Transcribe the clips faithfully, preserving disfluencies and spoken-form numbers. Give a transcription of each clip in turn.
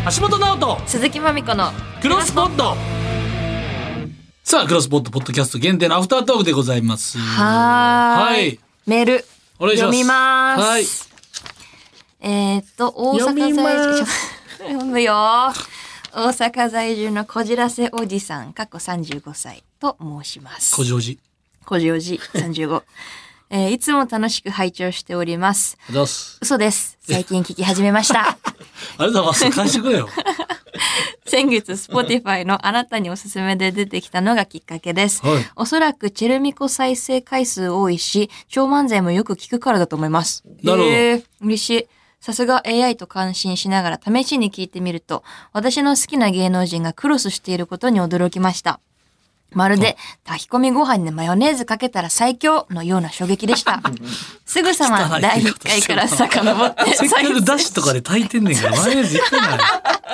橋本直人鈴木まみこのクロスポット。さあクロスポットポッドキャスト限定のアフタートークでございます。 はーい、はい、メールお願いします。 読みます。 はい、 えー、っと大阪在住読むよ大阪在住のこじらせおじさん過去さんじゅうごさいと申します。 こじおじこじおじさんじゅうご、えー、いつも楽しく拝聴しております。嘘です。最近聞き始めました。 ありがとうございます。返してくれよ。 先月 Spotify のあなたにおすすめで出てきたのがきっかけです、 はい、 おそらくチェルミコ再生回数多いし超漫才もよく聞くからだと思います。 なるほど、 えー、嬉しい。さすが エーアイ と感心しながら試しに聞いてみると私の好きな芸能人がクロスしていることに驚きました。まるで炊き込みご飯にマヨネーズかけたら最強のような衝撃でした。すぐさまだいいっかいから遡ってせっかくだしとかで炊いてんねんからマヨネーズいってない。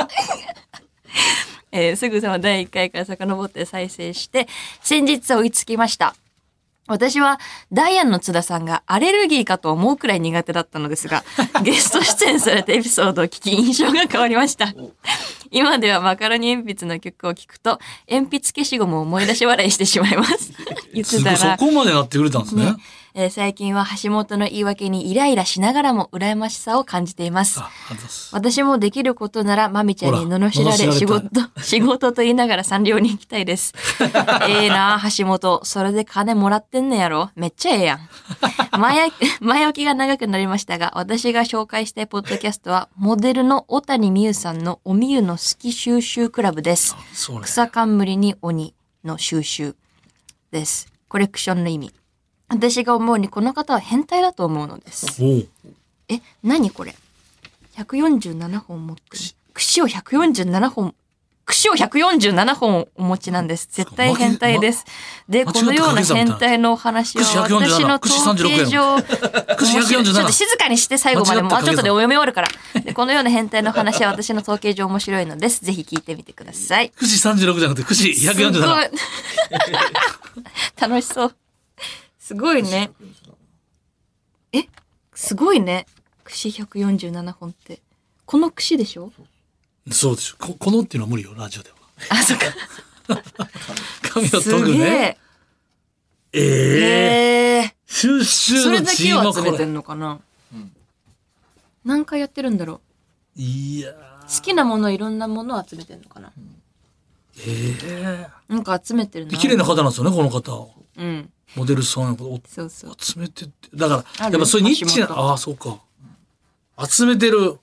えー、すぐさまだいいっかいから遡って再生して先日追いつきました。私はダイアンの津田さんがアレルギーかと思うくらい苦手だったのですがゲスト出演されたエピソードを聞き印象が変わりました。今ではマカロニ鉛筆の曲を聞くと鉛筆消しゴムを思い出し笑いしてしまいます。言ってたらそこまでなってくれたんですね。ね、 えー、最近は橋本の言い訳にイライラしながらも羨ましさを感じています。 あ、 私もできることならまみちゃんに罵られ仕事仕事と言いながらサンリオに行きたいです。ええな橋本、それで金もらってんねやろ、めっちゃええやん。前前置きが長くなりましたが、私が紹介したいポッドキャストはモデルの小谷美優さんのおみゆの好き収集クラブです。 ね、 草冠に鬼の収集です。コレクションの意味。私が思うにこの方は変態だと思うのです。え、何これひゃくよんじゅうななほん持ってる。串をひゃくよんじゅうななほん串をひゃくよんじゅうななほんお持ちなんです。絶対変態です。で、このような変態のお話を私の統計上串ひゃくよんじゅうなな、ちょっと静かにして最後までもうちょっとでお読み終わるから。で、このような変態の話は私の統計上面白いのです。ぜひ聞いてみてください。 串さんじゅうろくじゃなくて串ひゃくよんじゅうなな。 楽しそう。すごいね。え、すごいね。串ひゃくよんじゅうななほんって。この串でしょ？ そうでしょ。こ、このっていうのは無理よ、ラジオでは。 あ、そっか。 髪を研ぐね。ええー。えー、収集のそれだけを集めてんのかな、うん、何回やってるんだろう。 いや好きなものいろんなものを集めてんのかな。 ええー。 なんか集めてるな。 綺麗な方なんですよね、この方。 うん。 モデルさんのことそうそう集めてって。だから、やっぱそういうニッチな、ああ、そうか。集めてる。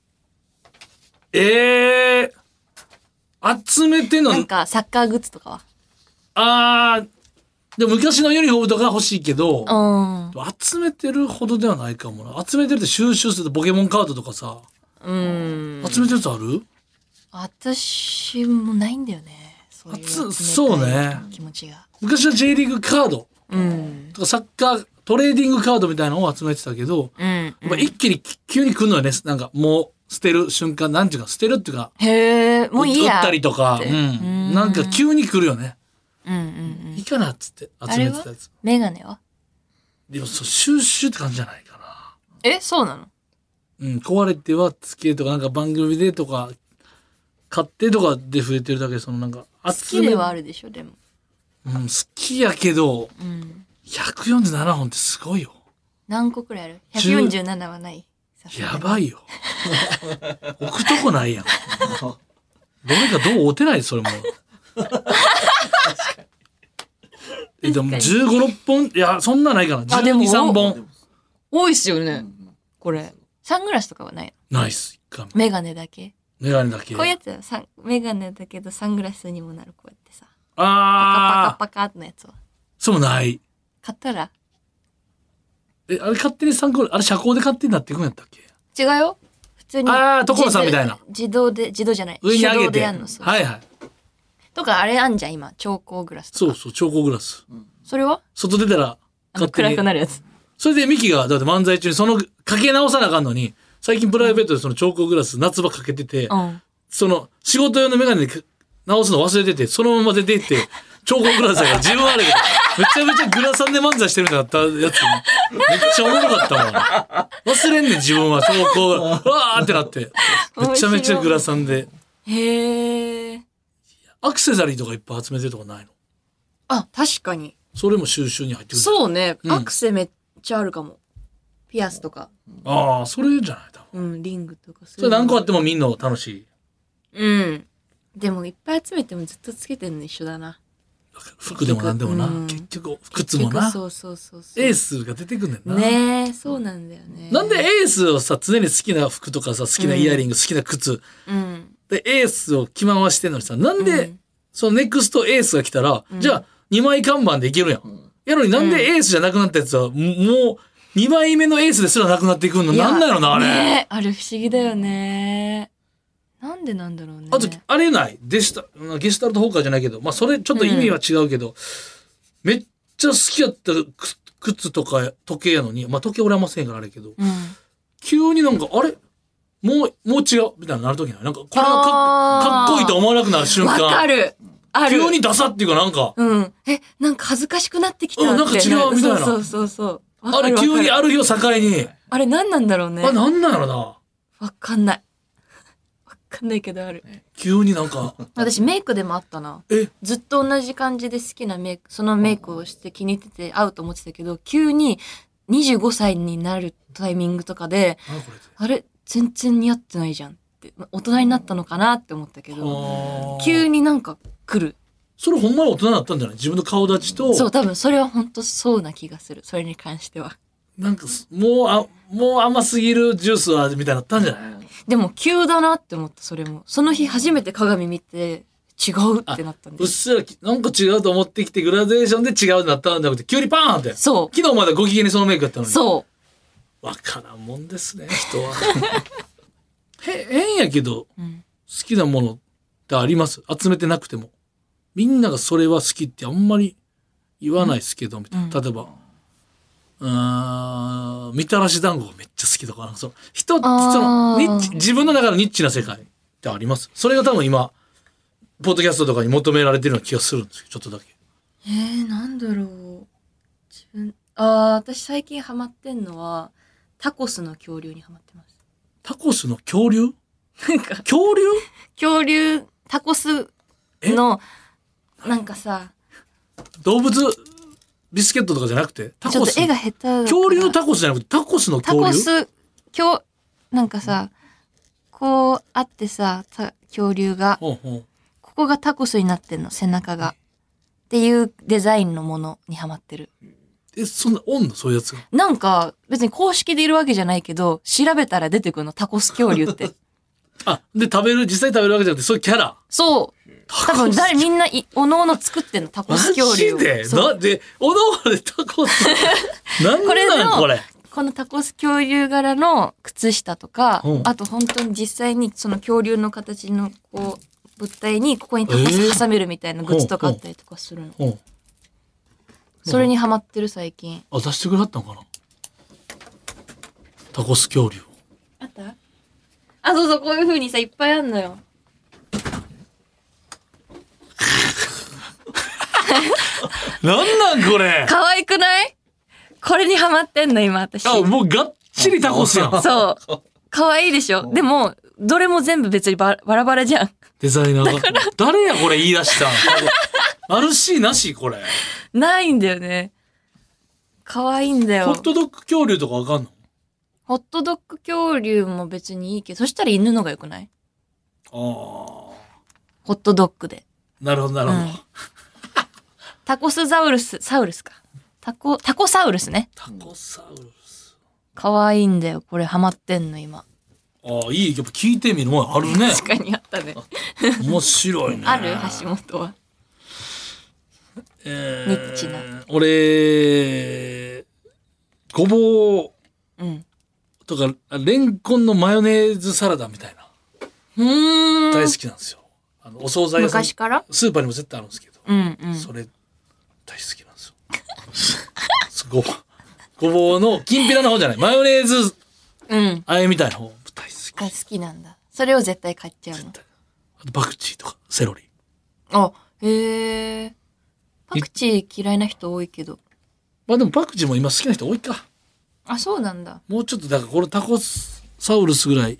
ええー、集めてんのなんかサッカーグッズとかはああ、でも昔のユニフォームとか欲しいけど、 うん、 集めてるほどではないかもな。集めてるって収集するとポケモンカードとかさ、 うん、 集めてるやつある？ 私もないんだよね。そういうそうね。 気持ちが。 昔は J リーグカード、 うん、 とかサッカートレーディングカードみたいなのを集めてたけど、 うんうん、 一気に急に来るのよね。なんかもう捨てる瞬間、なんていうか捨てるっていうか、 へー、もういいや売ったりとか、うん、なんか急に来るよね。 うんうんうん、 いいかなっつって集めてたやつ。 メガネは？ でもそう収集って感じじゃないかな。え、そうなの？ うん、壊れてはつけとかなんか番組でとか買ってとかで増えてるだけで、そのなんか好きではあるでしょ。でも、 うん、好きやけど、 うん、 ひゃくよんじゅうななほんってすごいよ。 何個くらいある？ひゃくよんじゅうななはない？ やばいよ。置くとこないやん。どれかどう追てないそれも。え、でもじゅうご、ろっぽん、いや、そんなないかな。じゅうに、さんぼん。 多いっすよね。これ。サングラスとかはないの？ないっす。 メガネだけ。 メガネだけ。 こういうやつはサンメガネだけどサングラスにもなる、こうやってさ。 ああ。パカパカパカのやつは。 そうない。 買ったら？ え、あれ勝手に参考、あれ車高で勝手になっていくんやったっけ？ 違うよ。普通に。 ああ、所さんみたいな。 自動で、自動じゃない。 上に上げて。 手動でやんの。そう。 はいはい。 とか、あれあんじゃん、今。調光グラスとか。 そうそう、調光グラス。 うん、それは外出たら、 勝手に暗くなるやつ。 それでミキが、だって漫才中にその、かけ直さなあかんのに、最近プライベートでその調光グラス夏場かけてて、 うん、 その、仕事用のメガネで直すの忘れてて、そのまま出て行って、調光グラスだから自分あれけど、めちゃめちゃグラサンで漫才してるみたいなったやつ、めっちゃおもろかったもん。忘れんねん、自分は調光。うわーってなって。 めちゃめちゃグラサンで。 へえ。 アクセサリーとかいっぱい集めてるとかないの？ あ、確かに。 それも収集に入ってくる。 そうね、 うんアクセめっちゃあるかも。ピアスとか。 ああ、それじゃない多分。 うん、リングとか。 それ何個あっても。 も見んの楽しい。 うん。でもいっぱい集めてもずっとつけてんの一緒だな。 服でも何でもな。 うん結局、靴もな。 そうそうそうそう。 エースが出てくんねんな。 ねえ、そうなんだよね。 なんでエースをさ、常に好きな服とかさ、好きなイヤリング、好きな靴。 うん。 で、エースを着回してんのにさ、なんで、 うんそのネクストエースが来たら、 うんじゃあにまい看板でいけるやん。やのになんでエースじゃなくなったやつは、もうにまいめのエースですらなくなっていくの。 いやなんなんやろな、あれ。 ねえ、あれ不思議だよね。なんでなんだろうね。 あと、あれない。デシタ、ゲシュタルト崩壊じゃないけど、まあそれちょっと意味は違うけど、めっちゃ好きやった靴靴とか時計やのに、まあ時計俺あんませんからあれやけど、 うん。 急になんか、あれもう、もう違うみたいになるときない。なんか、これがかあーかっこいいと思わなくなる瞬間。 わかる。ある。 急にダサっていうかなんか、 うん。え、なんか恥ずかしくなってきたって。 うんなんか違うみたいなそうそうそうそう。わあれかるわかる急にある日を境に、 あれ何なんだろうね。 あれなんなんやろな。 わかんない。わかんないけどある。 急になんか、 私メイクでもあったな。 え、 ずっと同じ感じで好きなメイク、そのメイクをして気に入ってて合うと思ってたけど、急ににじゅうごさいになるタイミングとかで、 何これって。 あれ全然似合ってないじゃんって。大人になったのかなって思ったけど、 あー急になんか来る。 それほんまに大人になったんじゃない？自分の顔立ちと、 そう、多分それは本当そうな気がする。それに関しては。 なんかす、もう、あ、もう甘すぎるジュースは、みたいになったんじゃない？ でも急だなって思った、それも。その日初めて鏡見て、違うってなったんうっです。 すらき、なんか違うと思ってきて、グラデーションで違うってなったんじゃなくて、急にパーンって。 そ昨日までご機嫌にそのメイクやったのう。 に。 そわからんもんですね、人は。へ、変やけど、 う。うん。 好きなものってあります。集めてなくても。みんながそれは好きってあんまり言わないですけど、みたいな。 うん例えば、うーん、みたらし団子がめっちゃ好きとか、なんかその人、そあーのニッチ、自分の中のニッチな世界ってあります。それが多分今、ポッドキャストとかに求められてるような気がするんですよ、ちょっとだけ。 えー、なんだろう。自分、ああ、私最近ハマってんのは、タコスの恐竜にハマってます。 タコスの恐竜？ なんか、 恐竜？ 恐竜、タコスの、なんかさ、 動物ビスケットとかじゃなくてタコス。 ちょっと絵が下手だから。 恐竜のタコスじゃなくてタコスのタ恐竜？ コス、恐、なんかさ、こうあってさ、た恐竜が、 ほうほう。 ここがタコスになってんの、背中が。っていうデザインのものにハマってる。 え、そんな、おんのそういうやつが。 なんか、別に公式でいるわけじゃないけど、調べたら出てくるの、タコス恐竜って。 あ、で、食べる、実際食べるわけじゃなくて、そういうキャラ。 そう。多分誰、みんな、い、おのおの作ってんの、タコマス恐竜を。 ジでそうなんで、おのおのでタコス。なんこれのなんこれ。 このタコス恐竜柄の靴下とか、 うんあと本当に実際にその恐竜の形のこう物体にここにタコス挟めるみたいなグッズとかあったりとかするの。 うん。 それにハマってる最近。 あ、出してくれはったのかなタコス恐竜。 あったあ、そうそう、こういう風にさ、いっぱいあんのよ。 なんなんこれ。 可愛くないこれにハマってんの、今私。 あ、もうがっちりタコスやん。 そう。可愛いでしょでも、どれも全部別にババラバラじゃん。 デザイナーが。誰やこれ言い出したん。アールシー なしこれ。 ないんだよね。可愛いんだよ。 ホットドッグ恐竜とかわかんの？ ホットドッグ恐竜も別にいいけど、そしたら犬のが良くないああ。 ホットドッグで。 なるほど、なるほど。 うんタコスザウルス、サウルスか。タコ、タコサウルスね。 タコサウルス。 可愛いんだよ。これハマってんの、今。 ああ、いい。やっぱ聞いてみるもんあるね。 確かにあったね。 面白いね。 ある橋本は。 えニッチな俺、ごぼうん。 うとか、レンコンのマヨネーズサラダみたいな。 うーん。 大好きなんですよ。あの、お惣菜屋さん。 昔からスーパーにも絶対あるんですけど。 うんうん。 それ、大好きなんですよ。ごぼう。ごぼうの、きんぴらの方じゃない。マヨネーズ、 うん。 あえみたいな方、大好き。 が好きなんだ。それを絶対買っちゃうの。 あとパクチーとか、セロリ。 あ、へえ。パクチー嫌いな人多いけど。 まあでもパクチーも今好きな人多いか。 あ、そうなんだ。 もうちょっと、だからこのタコサウルスぐらい、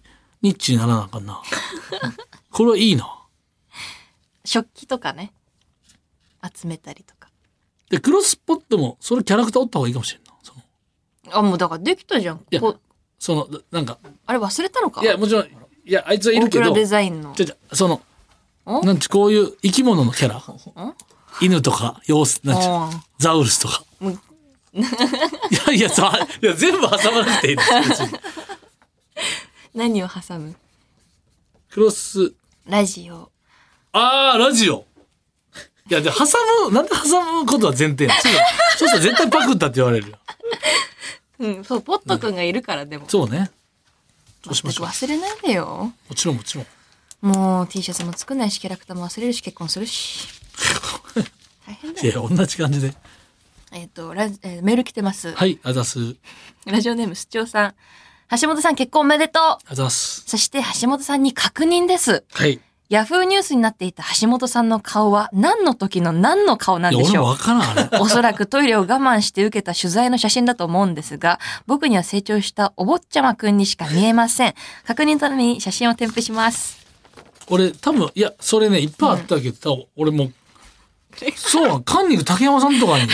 ニッチにならなあかんな。これはいいな。 食器とかね。集めたりとか。 で、クロスポットも、それキャラクターおった方がいいかもしれんな。そのあ、もうだからできたじゃん。 いやこその、なんか。 あれ忘れたのか。 いや、もちろん、いや、あいつはいるけど。 大倉デザインの。 じゃじゃその、なんち、こういう生き物のキャラ。犬とか、様子、なんち、ザウルスとか。いやいや、さ、いや、全部挟まなくていいです。別に何を挟む？ クロス。 ラジオ。 ああ、ラジオ。いや、で、挟む、なんで挟むことは前提なの？そうしたら絶対パクったって言われるよ。 うん、そう、ポットくんがいるからでも。 そうね。そうしましょう。 忘れないでよ。 もちろんもちろん。 もう T シャツも作んないし、キャラクターも忘れるし、結婚するし。大変だよ。 いや、同じ感じで。 えっと、ラジえーメール来てます。 はい、あざす。 ラジオネーム、すちおさん。橋本さん結婚おめでとう。 あざす。 そして橋本さんに確認です。 はい。 ヤフーニュースになっていた橋本さんの顔は何の時の何の顔なんでしょう。 いや、俺もわからん、あれ。 おそらくトイレを我慢して受けた取材の写真だと思うんですが、僕には成長したお坊ちゃまくんにしか見えません。確認のために写真を添付します。 俺、多分、いや、それね、いっぱいあったけど、うん、俺もう、そうなん、カンニング竹山さんとかに。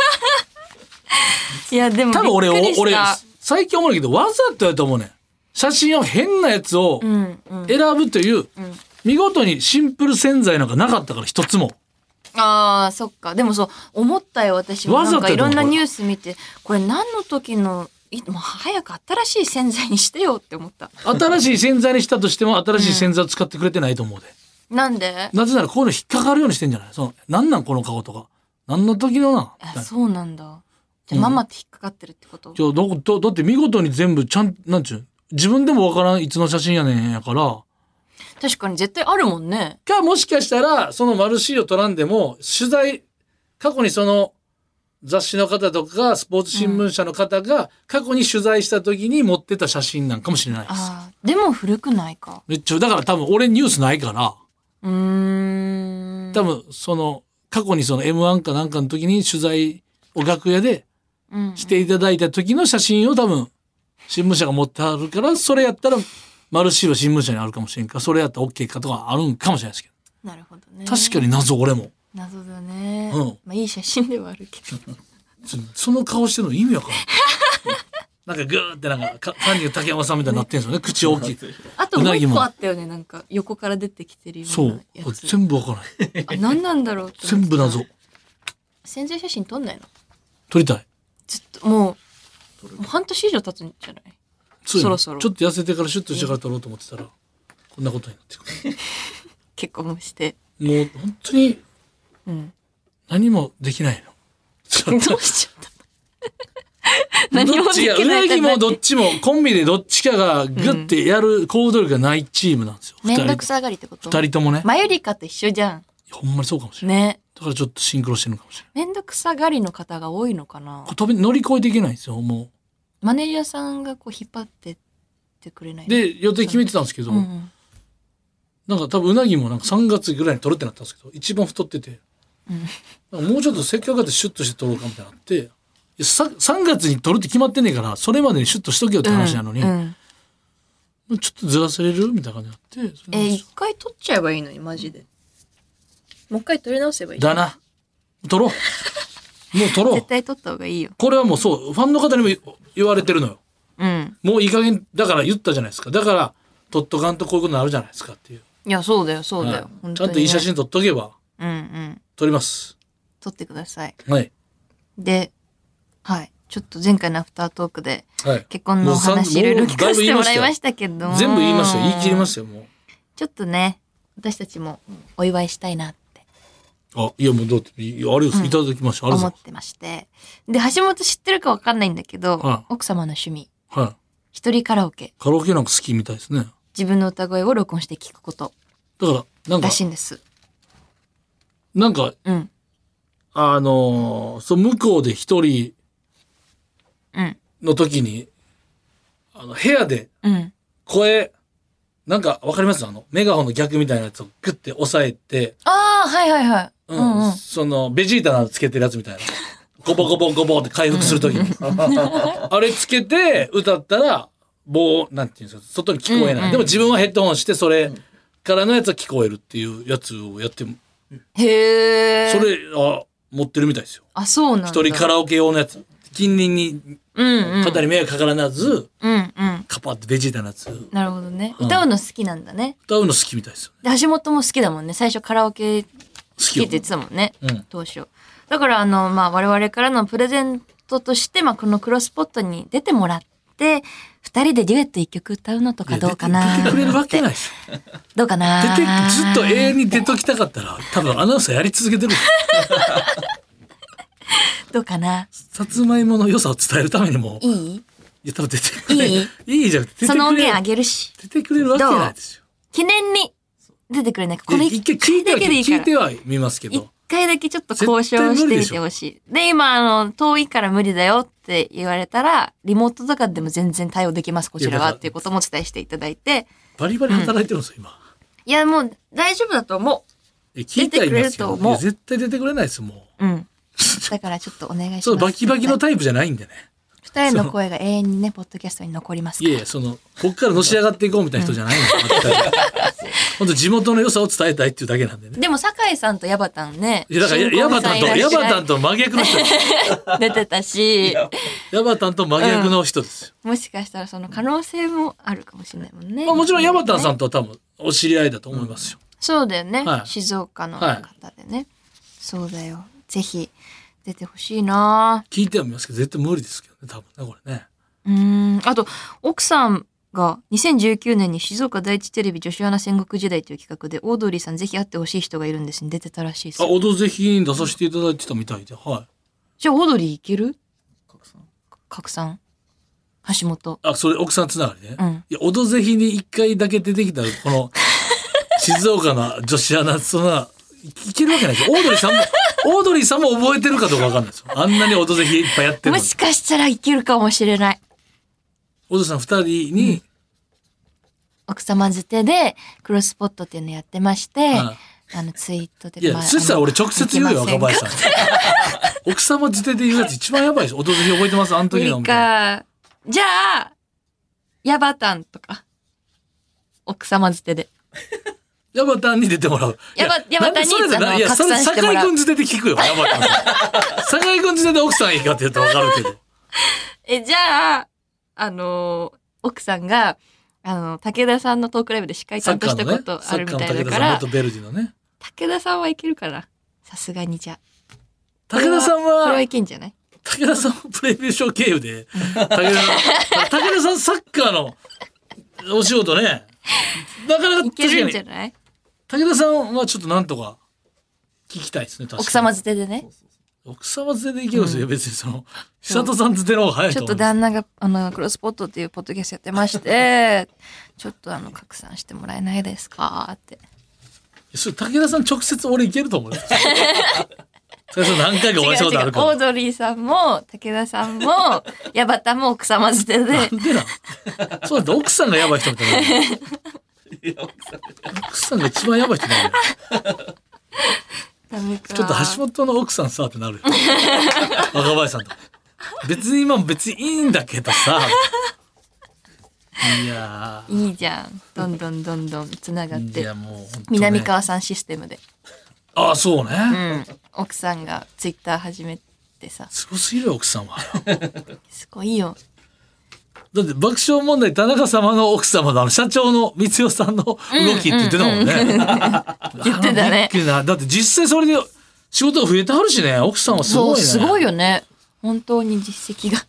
いや、でも、 多分俺、俺、最近思うけど、わざとやと思うねん。写真を変なやつを選ぶという、うんうん、見事にシンプル洗剤なんかなかったから一つも。 ああ、そっか。でもそう、思ったよ、私も。なんかいろんなニュース見て、これ何の時の、もう早く新しい洗剤にしてよって思った。 新しい洗剤にしたとしても、新しい洗剤を使ってくれてないと思うで。 うん、なんで？ なぜならこういうの引っかかるようにしてんじゃない？その、なんなんこの顔とか。何の時のな。 あ、そうなんだ。じゃあママって引っかかってるってこと？ じゃあ、ど、ど、だって見事に全部ちゃん、なんちゅう、自分でもわからんいつの写真やねんやから。 確かに絶対あるもんね。 か、もしかしたら、そのマルシーを取らんでも、取材、過去にその雑誌の方とか、スポーツ新聞社の方が、過去に取材した時に持ってた写真なんかもしれないです。 ああ、でも古くないか。 めっちゃ、だから多分俺ニュースないから、 うーん。 多分その、過去にその エムワン かなんかの時に取材を楽屋でしていただいた時の写真を多分、新聞社が持ってあるから、それやったら、マルシーは新聞社にあるかもしれんか、それやったら OK かとかあるんかもしれないですけど。 なるほどね。 確かに謎、俺も。 謎だね。 うん。 まあいい写真ではあるけど。 その顔してるの意味わからん。なんかグーってなんか、カンニング竹山さんみたいになってんすよね、口大きい。 あともう一個あったよね、なんか横から出てきてるようなやつ。 そう。全部わからない。 あ、何なんだろうって。 全部謎。 宣材写真撮んないの？ 撮りたい。 ずっと、もう、もう半年以上経つんじゃない？ そ, そろそろちょっと痩せてからシュッとしてから撮ろうと思ってたらこんなことになってくる。 結婚もしてもう本当に何もできないの、 うん、どうしちゃった何もできない。 うなぎもどっちもコンビでどっちかがグッてやる行動力がないチームなんですよ。 めんどくさがりってこと？ 二人ともね。 マユリカと一緒じゃん。 ほんまにそうかもしれない。ね。だからちょっとシンクロしてるのかもしれない。 めんどくさがりの方が多いのかな。 飛び乗り越えていけないんですよ、もう。 マネージャーさんがこう引っ張ってってくれないで予定決めてたんですけど、うん、なんか多分うなぎもなんかさんがつぐらいに取るってなったんですけど一番太ってて、うん、もうちょっとせっかくだってシュッとして取ろうかみたいになってさんがつに取るって決まってんねえからそれまでにシュッとしとけよって話なのに、うんうん、ちょっとずらせれるみたいな感じになってえー、一回取っちゃえばいいのにマジでもう一回取り直せばいいだな取ろうもう取ろう。 絶対取った方がいいよ。 これはもうそう、ファンの方にも言われてるのよ。 うん。 もういい加減、だから言ったじゃないですか。だから、撮っとかんとこういうことになるじゃないですかっていう。 いや、そうだよ、そうだよ。 はい、ちゃんといい写真撮っとけば。 うんうん。 撮ります。 撮ってください。 はい。 で、はい。ちょっと前回のアフタートークで、 はい、 結婚の話いろいろ聞かせてもらいましたけども。 全部言いましたよ。言い切りましたよ、もう。 ちょっとね、私たちもお祝いしたいなって。 あ、いやもうだって、あれです、うん、いただきました。 思ってまして。で、橋本知ってるかわかんないんだけど、はい、奥様の趣味。 はい。 一人カラオケ。 カラオケなんか好きみたいですね。 自分の歌声を録音して聞くこと。 だから、なんか。 らしいんです。 なんか、うん。あのー、そう、向こうで一人の時に、うん、あの、部屋で、声、うんなんか、わかりますあの、メガホンの逆みたいなやつをグッて押さえて。 ああ、はいはいはい。 うん。うんうん、その、ベジータのつけてるやつみたいな。ゴボゴボゴボって回復するときに。あれつけて歌ったら、 棒なんていうんですか外に聞こえない、うんうん、でも自分はヘッドホンしてそれからのやつは聞こえるっていうやつをやってへえそれあ持ってるみたいですよ。 あそうなんだ。 一人カラオケ用のやつ近隣に肩に迷惑かからなず、うんうん、カパってベジータのやつ。 なるほどね、うん、歌うの好きなんだね。 歌うの好きみたいですよ、 ね、で橋本も好きだもんね。最初カラオケ好きって言ってたもんね、うん、当初。だからあの、まあ、我々からのプレゼントとして、まあ、このクロスポットに出てもらって二人でデュエット一曲歌うのとかどうかな。 出てくれるわけないですよ。 どうかな。 出てずっと永遠に出ときたかったら多分アナウンサーやり続けてる。 どうかな。 さつまいもの良さを伝えるためにもいい。 いや多分出てくれいいいいじゃん。 その音源あげるし出てくれるわけないですよ。 記念に出てくれないか。これ一回聞いては聞いては見ますけど。 一回だけちょっと交渉してみてほしい。で今あの遠いから無理だよって言われたらリモートとかでも全然対応できますこちらはっていうこともお伝えしていただいて。 バリバリ働いてるんですよ、うん、今。 いやもう大丈夫だと思う。聞いてくれると思う。 絶対出てくれないですもう。うん。 だからちょっとお願いします。 そうバキバキのタイプじゃないんでね。 二人の声が永遠にねポッドキャストに残りますから。 いやいやそのこっからのし上がっていこうみたいな人じゃないの。本当地元の良さを伝えたいっていうだけなんでね。 でも酒井さんとヤバタンね。 いやだからヤバタンとヤバタンと真逆の人出てたし。 ヤバタンと真逆の人ですよ、 うん。もしかしたらその可能性もあるかもしれないもんね。 まあ、もちろんヤバタンさんとは多分お知り合いだと思いますよ。うん、 そうだよね、はい。静岡の方でね、 はい。 そうだよ。ぜひ出てほしいな。 聞いてはみますけど絶対無理ですけどね多分ねこれね。 うーんあと奥さんがにせんじゅうきゅうねんに静岡第一テレビ女子アナ戦国時代という企画でオードリーさんぜひ会ってほしい人がいるんですに出てたらしいです。 あ、オドぜひに出させていただいてたみたいで、はい。 じゃあオードリーいける？拡散拡散橋本。 あ、それ奥さんつながりね。 うん。 いや、オドぜひに一回だけ出てきたこの静岡の女子アナそんないけるわけないですよ。オードリーさんもオードリーさんも覚えてるかどうかわかんないですよ。あんなにオドぜひいっぱいやってるのに。 もしかしたらいけるかもしれない。 オドさん二人に、うん、 奥様づてでクロスポットっていうのやってまして、ああのツイートで。 いや、そしたら俺直接言うよ、若林さん。奥様づてで言うやつ一番やばいです。オドぜひ覚えてますあの時の。 か。じゃあ、ヤバタンとか。奥様づてで。 ヤバタンに出てもらう。 ヤバ、ヤバタンにいや、それ、酒井くんづてで聞くよ、ヤバタン。酒井くんづてで奥さんいいかって言うとわかるけど。 え、じゃあ、あのー、奥さんが、あの、武田さんのトークライブで司会担当したことあるみたいだから、 武田さん元ベルディのね。 武田さんはいけるかなさすがにじゃあ。 武田さんは、 これはいけんじゃない？ 武田さんプレビューショー経由で、武田、武田さんサッカーのお仕事ね、なかなかいけるんじゃない？ 武田さんはちょっとなんとか聞きたいですね。確かに奥様づてでね。 そうそうそう奥様づてでいけるんですよ、うん、別にその久里さんづての方が早いと思う。 ちょっと旦那があのクロスポットっていうポッドキャストやってましてちょっとあの拡散してもらえないですかって。 それ武田さん直接俺いけると思うよ。それ何回かお会いしたことあるから。 違う違うオードリーさんも武田さんもヤバタも奥様づてで。 なんでなんそうだって奥さんがヤバい人みたいな。奥さんが一番ヤバい人なんだよ。ちょっと橋本の奥さんさってなるよ。若林さんと。別に今も別にいいんだけどさ。いやいいじゃん。どんどんどんどんつながって。 いやもう本当ね、 南川さんシステムで。 ああそうね、 うん。奥さんがツイッター始めてさ。 すごすぎるよ奥さんは。 すごいよ。 だって爆笑問題田中様の奥様のあの社長の光代さんの動きって言ってたもんね。 言ってたね。 だって実際それで仕事が増えてはるしね。奥さんはすごいね。 そうすごいよね。本当に実績が。確か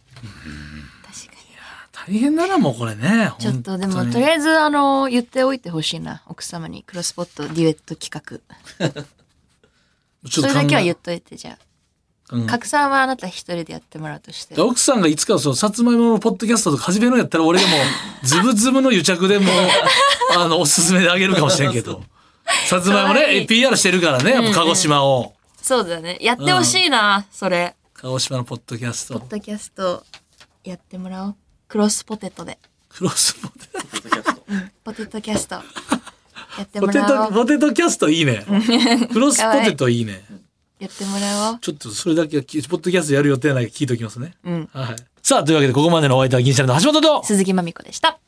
に。大変だなもうこれね。 ちょっとでもとりあえずあの言っておいてほしいな奥様にクロスポットデュエット企画。それだけは言っといてじゃあ。うん、拡散はあなた一人でやってもらうとして。 奥さんがいつかそのさつまいものポッドキャストとか始めるのやったら俺でもズブズブの癒着でもあのおすすめであげるかもしれんけど。さつまいもね ピーアール してるからねやっぱ鹿児島を、うんうん。そうだねやってほしいな、うん、それ。 鹿児島のポッドキャスト。 ポッドキャストやってもらおう。クロスポテトで。 クロスポテトキャスト。 うん、ポテトキャスト。やってもらおう。 ポテトポテトキャストいいね。クロスポテトいいね。 やってもらおう。 ちょっとそれだけはきポッドキャストやる予定ないか聞いておきますね。 うん。 はい。さあ、というわけでここまでのお相手は銀シャリの橋本と鈴木まみこでした。